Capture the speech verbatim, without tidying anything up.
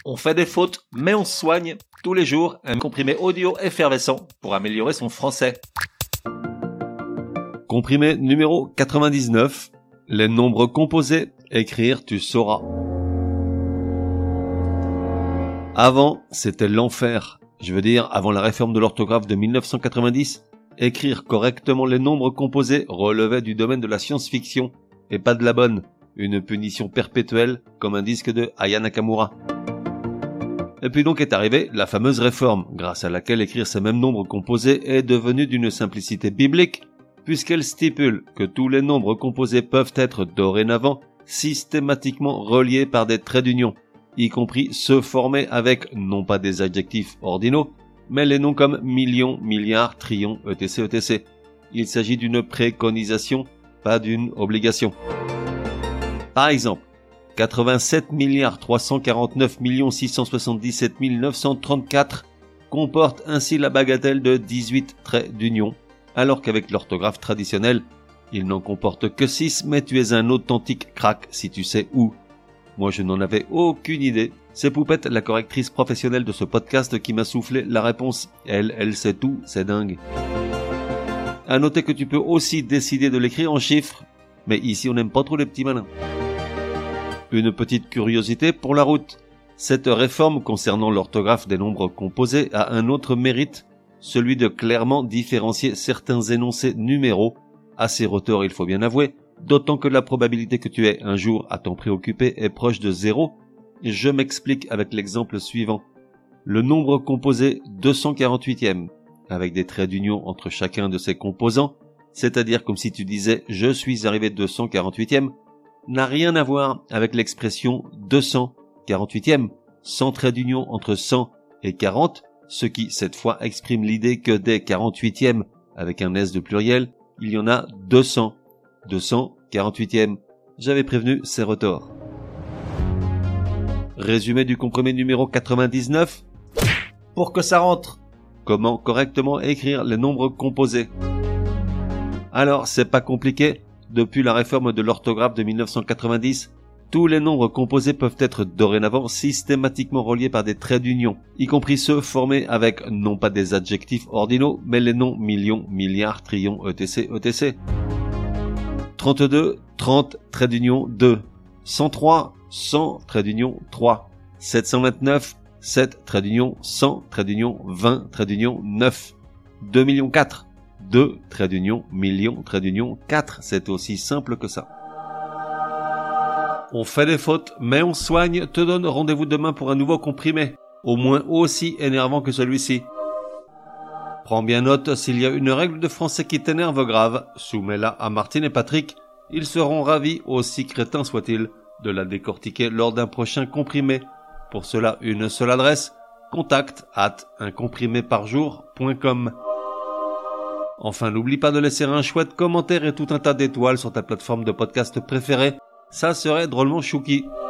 On fait des fautes, mais on soigne tous les jours un comprimé audio effervescent pour améliorer son français. Comprimé numéro quatre-vingt-dix-neuf. Les nombres composés, écrire tu sauras. Avant, c'était l'enfer. Je veux dire, avant la réforme de l'orthographe de mille neuf cent quatre-vingt-dix, écrire correctement les nombres composés relevait du domaine de la science-fiction et pas de la bonne. Une punition perpétuelle comme un disque de Aya Nakamura. Et puis donc est arrivée la fameuse réforme, grâce à laquelle écrire ces mêmes nombres composés est devenu d'une simplicité biblique, puisqu'elle stipule que tous les nombres composés peuvent être dorénavant systématiquement reliés par des traits d'union, y compris ceux formés avec non pas des adjectifs ordinaux, mais les noms comme million, milliard, trillion, et cetera, et cetera. Il s'agit d'une préconisation, pas d'une obligation. Par exemple, quatre-vingt-sept milliards trois cent quarante-neuf millions six cent soixante-dix-sept mille neuf cent trente-quatre comporte ainsi la bagatelle de dix-huit traits d'union, alors qu'avec l'orthographe traditionnelle, il n'en comporte que six, mais tu es un authentique crack si tu sais où. Moi je n'en avais aucune idée. C'est Poupette, la correctrice professionnelle de ce podcast, qui m'a soufflé la réponse. Elle, elle sait tout, c'est dingue. À noter que tu peux aussi décider de l'écrire en chiffres, mais ici on n'aime pas trop les petits malins. Une petite curiosité pour la route. Cette réforme concernant l'orthographe des nombres composés a un autre mérite, celui de clairement différencier certains énoncés numéraux, assez retors il faut bien avouer, d'autant que la probabilité que tu aies un jour à t'en préoccuper est proche de zéro. Je m'explique avec l'exemple suivant. Le nombre composé deux cent quarante-huitième, avec des traits d'union entre chacun de ses composants, c'est-à-dire comme si tu disais « je suis arrivé deux cent quarante-huitième », n'a rien à voir avec l'expression deux cent quarante-huitième, sans trait d'union entre cent et quarante, ce qui, cette fois, exprime l'idée que des quarante-huitièmes, avec un S de pluriel, il y en a deux cents. deux cent quarante-huitième. J'avais prévenu, c'est retors. Résumé du comprimé numéro quatre-vingt-dix-neuf. Pour que ça rentre. Comment correctement écrire les nombres composés? Alors, c'est pas compliqué. Depuis la réforme de l'orthographe de mille neuf cent quatre-vingt-dix, tous les nombres composés peuvent être dorénavant systématiquement reliés par des traits d'union, y compris ceux formés avec non pas des adjectifs ordinaux, mais les noms millions, milliards, trillions, et cetera, et cetera. trente-deux, trente, trait d'union deux. cent trois, cent, trait d'union trois. sept cent vingt-neuf, sept, trait d'union cent, trait d'union vingt, trait d'union neuf. deux millions quatre. deux, trait d'union, million, trait d'union, quatre. C'est aussi simple que ça. On fait des fautes, mais on soigne. Te donne rendez-vous demain pour un nouveau comprimé, au moins aussi énervant que celui-ci. Prends bien note, s'il y a une règle de français qui t'énerve grave, soumets-la à Martine et Patrick. Ils seront ravis, aussi crétins soient-ils, de la décortiquer lors d'un prochain comprimé. Pour cela, une seule adresse, contact at un comprimé par jour point com. Enfin, n'oublie pas de laisser un chouette commentaire et tout un tas d'étoiles sur ta plateforme de podcast préférée. Ça serait drôlement chouki.